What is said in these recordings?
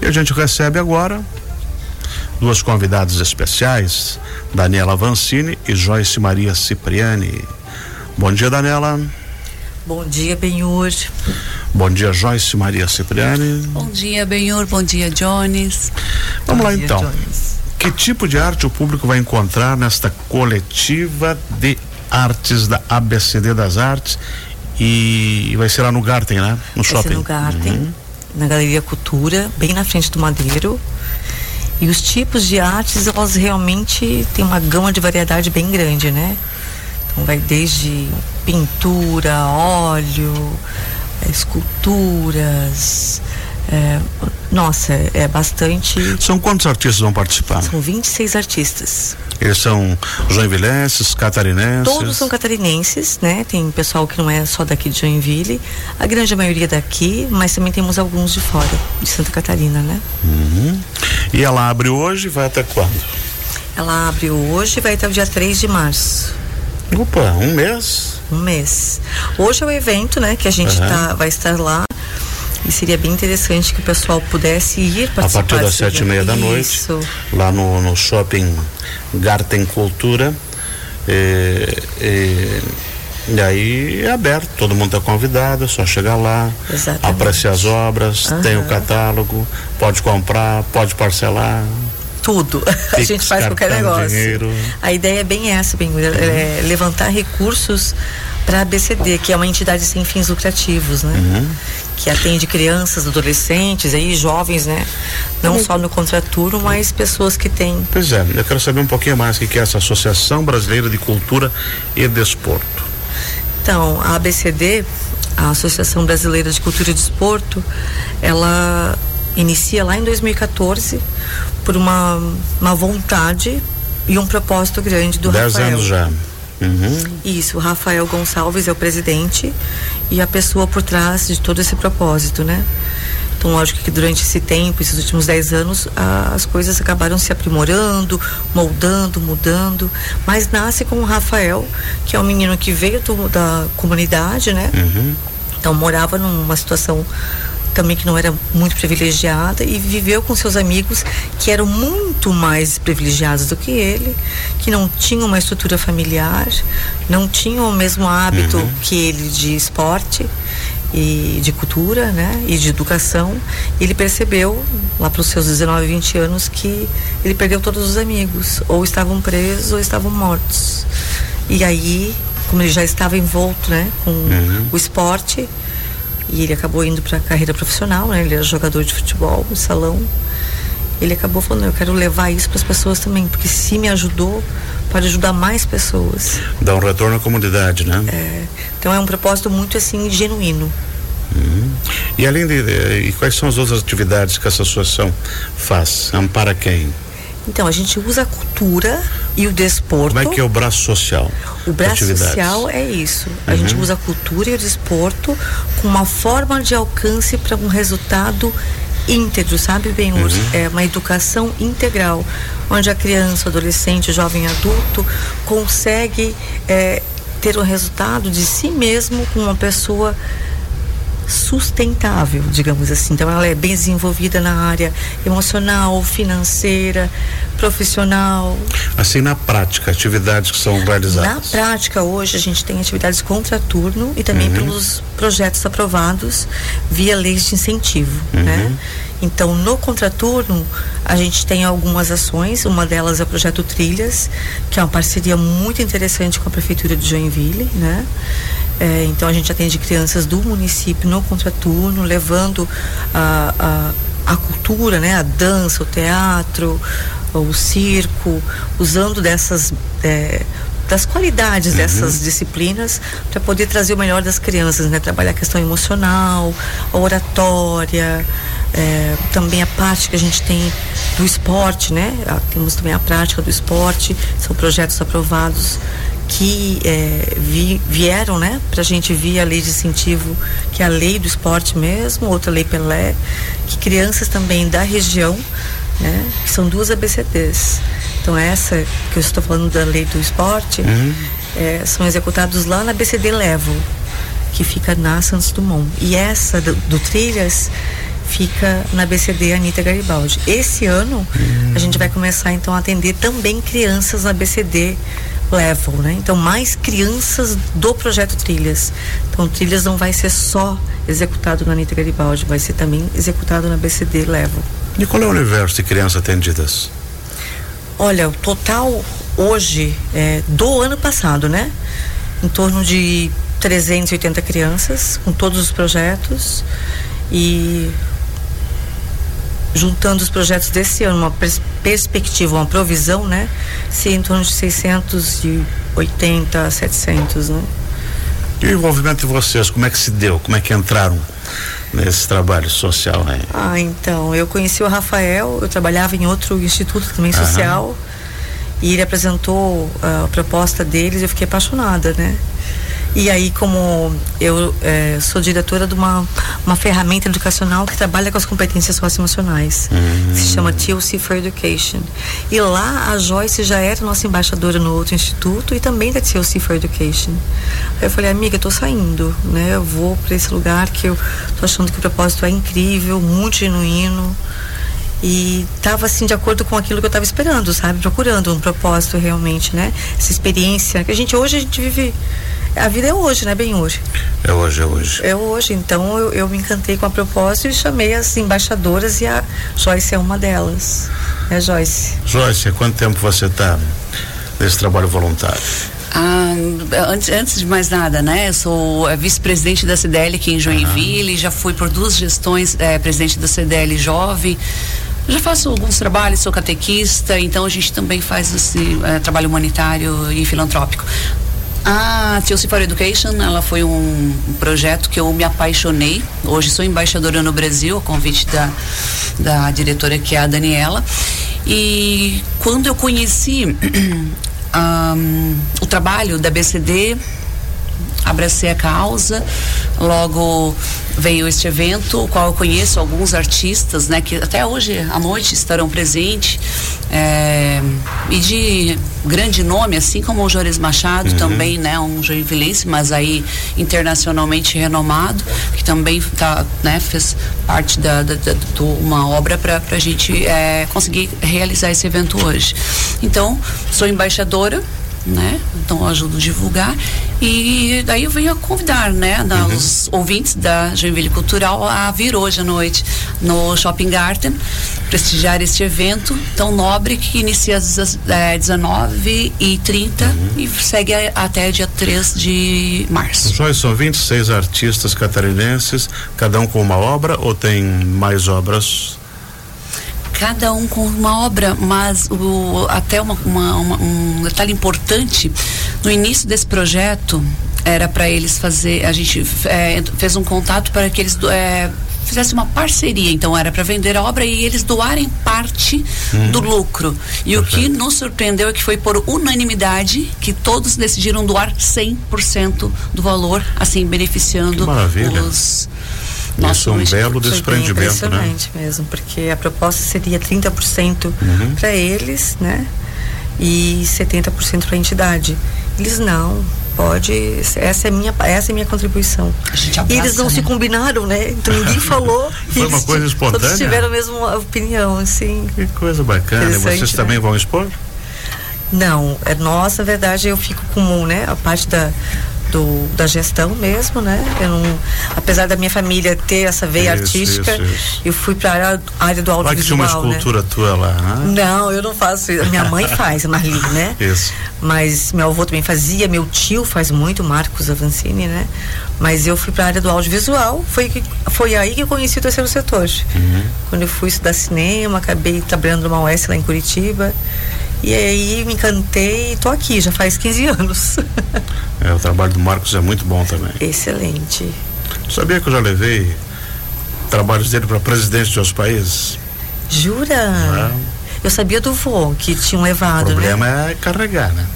E a gente recebe agora duas convidadas especiais, Daniela Vancini e Joyce Maria Cipriani. Bom dia, Daniela. Bom dia, Benhur. Bom dia, Joyce Maria Cipriani. Bom dia, Benhur. Bom dia, Jones. Vamos lá, então. Que tipo de arte o público vai encontrar nesta coletiva de artes da ABCD das Artes? E vai ser lá no Garten, né? No shopping. Vai ser no Garten, na Galeria Cultura, bem na frente do Madeiro. E os tipos de artes, elas realmente têm uma gama de variedade bem grande, né? Então vai desde pintura, óleo, esculturas, é bastante. São quantos artistas vão participar? São 26 artistas. Eles são joinvilenses, catarinenses? Todos são catarinenses, né? Tem pessoal que não é só daqui de Joinville, a grande maioria daqui, mas também temos alguns de fora, de Santa Catarina, né? E ela abre hoje e vai até quando? Ela abre hoje e vai até o dia 3 de março. Opa, um mês? Um mês. Hoje é o evento, né? Que a gente vai estar lá. E seria bem interessante que o pessoal pudesse ir participar. A partir das 7:30 da noite, lá no shopping Garten Cultura. E aí é aberto, todo mundo está convidado, é só chegar lá, apreciar as obras, tem o catálogo, pode comprar, pode parcelar. Tudo. A gente faz qualquer negócio. Dinheiro. A ideia é bem essa, é levantar recursos para a ABCD, que é uma entidade sem fins lucrativos, né? Que atende crianças, adolescentes, aí, jovens, né? Não só no contraturno, mas pessoas que têm. Pois é, eu quero saber um pouquinho mais o que é essa Associação Brasileira de Cultura e Desporto. Então, a ABCD, a Associação Brasileira de Cultura e Desporto, ela inicia lá em 2014 por uma vontade e um propósito grande do 10 Rafael. 10 anos já. Isso, o Rafael Gonçalves é o presidente e a pessoa por trás de todo esse propósito, né? Então, lógico que durante esse tempo, esses últimos 10 anos, as coisas acabaram se aprimorando, moldando, mudando, mas nasce com o Rafael, que é um menino que veio da comunidade, né? Então, morava numa situação também que não era muito privilegiada e viveu com seus amigos que eram muito mais privilegiados do que ele, que não tinham uma estrutura familiar, não tinham o mesmo hábito que ele de esporte e de cultura, né, e de educação. Ele percebeu lá para os seus 19, 20 anos que ele perdeu todos os amigos, ou estavam presos ou estavam mortos. E aí, como ele já estava envolto, né, com o esporte, e ele acabou indo para a carreira profissional, né? Ele era jogador de futebol no salão. Ele acabou falando, eu quero levar isso para as pessoas também, porque se me ajudou, pode ajudar mais pessoas. Dá um retorno à comunidade, né? Então é um propósito muito assim genuíno. E além e quais são as outras atividades que essa associação faz? Ampara quem? Então, a gente usa a cultura e o desporto. Como é que é o braço social? O braço social é isso. A gente usa a cultura e o desporto com uma forma de alcance para um resultado íntegro, sabe, Benhur? É uma educação integral, onde a criança, adolescente, jovem, adulto consegue ter um resultado de si mesmo com uma pessoa sustentável, digamos assim. Então ela é bem desenvolvida na área emocional, financeira, profissional. Assim, na prática, atividades que são realizadas? Na prática, hoje a gente tem atividades contraturno e também pelos projetos aprovados via leis de incentivo, né? Então, no contraturno, a gente tem algumas ações, uma delas é o projeto Trilhas, que é uma parceria muito interessante com a Prefeitura de Joinville, né? Então a gente atende crianças do município no contraturno, levando a cultura, né? A dança, o teatro, o circo, usando das qualidades dessas disciplinas para poder trazer o melhor das crianças, né? Trabalhar a questão emocional, a oratória, também a parte que a gente tem do esporte, né? Temos também a prática do esporte, são projetos aprovados que vieram, né, pra gente via a lei de incentivo, que é a lei do esporte mesmo, outra lei Pelé, que crianças também da região, né, que são duas ABCDs. Então essa que eu estou falando da lei do esporte, são executados lá na ABCD Level, que fica na Santos Dumont. E essa do Trilhas fica na ABCD Anita Garibaldi. Esse ano a gente vai começar então a atender também crianças na ABCD Level, né? Então mais crianças do projeto Trilhas. Então Trilhas não vai ser só executado na Anita Garibaldi, vai ser também executado na ABCD Level. E qual é o universo de crianças atendidas? Olha, o total hoje do ano passado, né? Em torno de 380 crianças com todos os projetos, e juntando os projetos desse ano, uma perspectiva, uma provisão, né? Se em torno de 680 a 700, né? E o envolvimento de vocês, como é que se deu? Como é que entraram nesse trabalho social, né? Então, eu conheci o Rafael, eu trabalhava em outro instituto também social, e ele apresentou a proposta deles, eu fiquei apaixonada, né? E aí, como eu sou diretora de uma ferramenta educacional que trabalha com as competências socioemocionais, se chama TLC for Education. E lá a Joyce já era nossa embaixadora no outro instituto e também da TLC for Education. Aí eu falei, amiga, eu tô saindo, né? Eu vou para esse lugar que eu tô achando que o propósito é incrível, muito genuíno. E estava assim de acordo com aquilo que eu estava esperando, sabe? Procurando um propósito realmente, né? Essa experiência que hoje a gente vive. A vida é hoje, né, Benhur? É hoje. É hoje, então eu me encantei com a proposta e chamei as embaixadoras, e a Joyce é uma delas. É, Joyce? Joyce, há quanto tempo você está nesse trabalho voluntário? Antes de mais nada, né? Eu sou vice-presidente da CDL aqui em Joinville, já fui por 2 gestões presidente da CDL Jovem. Já faço alguns trabalhos, sou catequista, então a gente também faz esse trabalho humanitário e filantrópico. A TLC for Education, ela foi um projeto que eu me apaixonei. Hoje sou embaixadora no Brasil, a convite da diretora, que é a Daniela. E quando eu conheci o trabalho da ABCD, abracei a causa. Logo veio este evento, o qual eu conheço alguns artistas, né, que até hoje à noite estarão presentes, e de grande nome, assim como o Juarez Machado, também, né, um joinvilense, mas aí internacionalmente renomado, que também fez parte de uma obra para a gente conseguir realizar esse evento hoje. Então, sou embaixadora, né? Então eu ajudo a divulgar, e daí eu venho a convidar, né, os ouvintes da Joinville Cultural a vir hoje à noite no Shopping Garten, prestigiar este evento tão nobre que inicia às 19h30 e segue até dia 3 de março. Joyce, são 26 artistas catarinenses, cada um com uma obra, ou tem mais obras? Cada um com uma obra, mas até um detalhe importante, no início desse projeto era para eles a gente fez um contato para que eles fizessem uma parceria, então era para vender a obra e eles doarem parte do lucro. E o que nos surpreendeu é que foi por unanimidade que todos decidiram doar 100% do valor, assim beneficiando os... Isso é um belo desprendimento, né? Impressionante mesmo, porque a proposta seria 30% para eles, né? E 70% para a entidade. Eles não, pode, essa é a minha contribuição. Abraça, e eles não se combinaram, né? Então ninguém falou. Foi uma coisa espontânea. Todos tiveram a mesma opinião, assim. Que coisa bacana. E vocês também vão expor? Não, na verdade eu fico com, né, a parte da gestão mesmo, né? Eu não, apesar da minha família ter essa veia artística, eu fui para a área do audiovisual. Lá que tinha uma escultura tua lá, né? Não, eu não faço. Minha mãe faz, a Marli, né? Isso. Mas meu avô também fazia, meu tio faz muito, Marcos Avancini, né? Mas eu fui para a área do audiovisual, foi aí que eu conheci o terceiro setor. Quando eu fui estudar cinema, acabei trabalhando numa UES lá em Curitiba. E aí me encantei e tô aqui, já faz 15 anos. O trabalho do Marcos é muito bom também. Excelente. Sabia que eu já levei trabalhos dele para presidente de outros países? Jura? Eu sabia do vô, que tinham levado, né? O problema é carregar, né?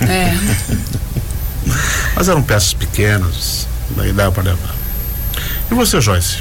Mas eram peças pequenas, daí dá para levar. E você, Joyce?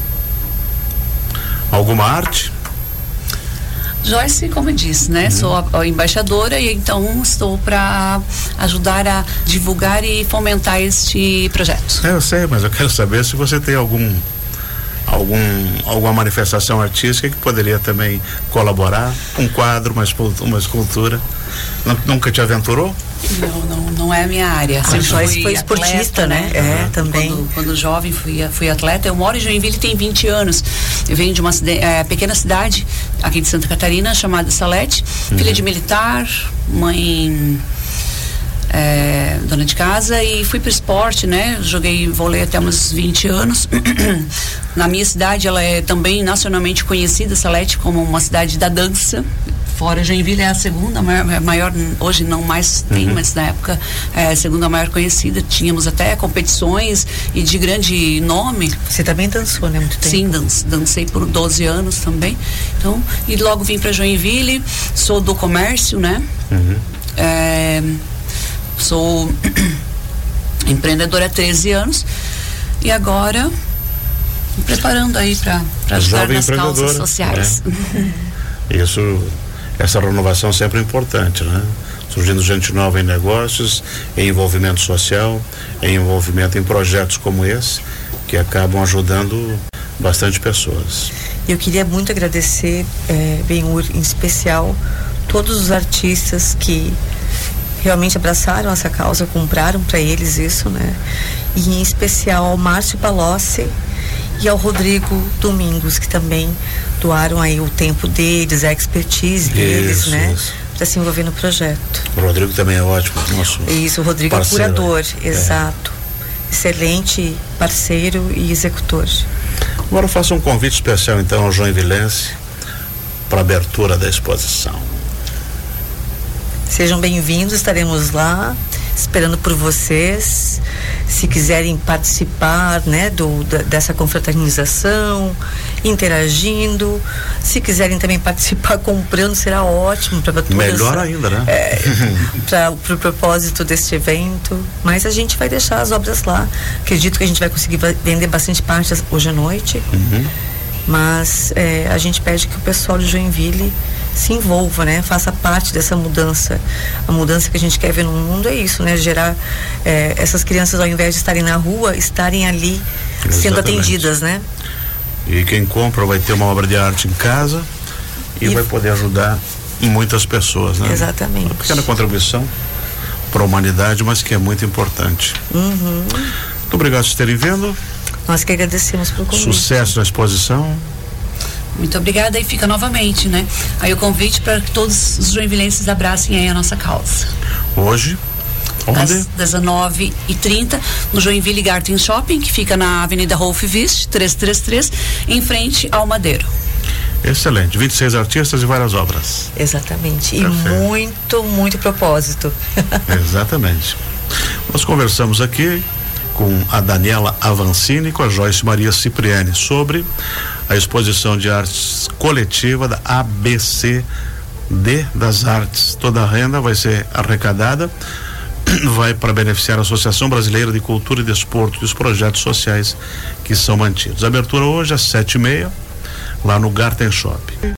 Alguma arte? Joyce, como eu disse, né? Sou a embaixadora e então estou para ajudar a divulgar e fomentar este projeto. Eu sei, mas eu quero saber se você tem algum alguma manifestação artística que poderia também colaborar, um quadro, uma escultura. Nunca te aventurou? Não é a minha área. Foi esportista, atleta, né? Também. Quando jovem fui atleta. Eu moro em Joinville tem 20 anos. Eu venho de uma pequena cidade aqui de Santa Catarina chamada Salete, filha de militar, mãe dona de casa, e fui pro esporte, né? Joguei vôlei até uns 20 anos. Na minha cidade, ela é também nacionalmente conhecida, Salete, como uma cidade da dança. Fora Joinville é a segunda maior, hoje não mais tem, mas na época é a segunda maior conhecida. Tínhamos até competições e de grande nome. Você também dançou, né? Muito tempo. Sim, dancei por 12 anos também. Então, e logo vim para Joinville, sou do comércio, né? Sou empreendedora há 13 anos e agora me preparando aí para ajudar nas causas sociais. Essa renovação sempre é importante, né? Surgindo gente nova em negócios, em envolvimento social, em envolvimento em projetos como esse, que acabam ajudando bastante pessoas. Eu queria muito agradecer, Benhur, em especial, todos os artistas que realmente abraçaram essa causa, compraram para eles isso, né? E em especial ao Márcio Palocci e ao Rodrigo Domingos, que também doaram aí o tempo deles, a expertise deles, né? Para se envolver no projeto. O Rodrigo também é ótimo, nosso Isso, o Rodrigo parceiro, é curador, exato. Excelente parceiro e executor. Agora eu faço um convite especial então ao joinvilense para a abertura da exposição. Sejam bem-vindos, estaremos lá esperando por vocês. Se quiserem participar, né, dessa confraternização, interagindo, se quiserem também participar comprando, será ótimo para melhor ainda, né? Para o propósito deste evento. Mas a gente vai deixar as obras lá. Acredito que a gente vai conseguir vender bastante parte hoje à noite. Mas a gente pede que o pessoal de Joinville se envolva, né? Faça parte dessa mudança. A mudança que a gente quer ver no mundo é isso, né? Gerar essas crianças, ao invés de estarem na rua, estarem ali sendo atendidas, né? E quem compra vai ter uma obra de arte em casa e vai poder ajudar muitas pessoas, né? Exatamente. Uma pequena contribuição para a humanidade, mas que é muito importante. Muito obrigado por terem vindo. Nós que agradecemos pelo convite. Sucesso na exposição. Muito obrigada, e fica novamente, né? Aí o convite para que todos os joinvilenses abracem aí a nossa causa. Hoje, onde? Às 19h30, no Joinville Garten Shopping, que fica na Avenida Rolf Wist, 333, em frente ao Madeiro. Excelente, 26 artistas e várias obras. Exatamente, e muito propósito. Exatamente. Nós conversamos aqui com a Daniela Avancini e com a Joyce Maria Cipriani sobre a exposição de artes coletiva da ABCD das Artes. Toda a renda vai ser arrecadada, vai para beneficiar a Associação Brasileira de Cultura e Desporto e os projetos sociais que são mantidos. A abertura hoje às 7h30, lá no Garten Shopping.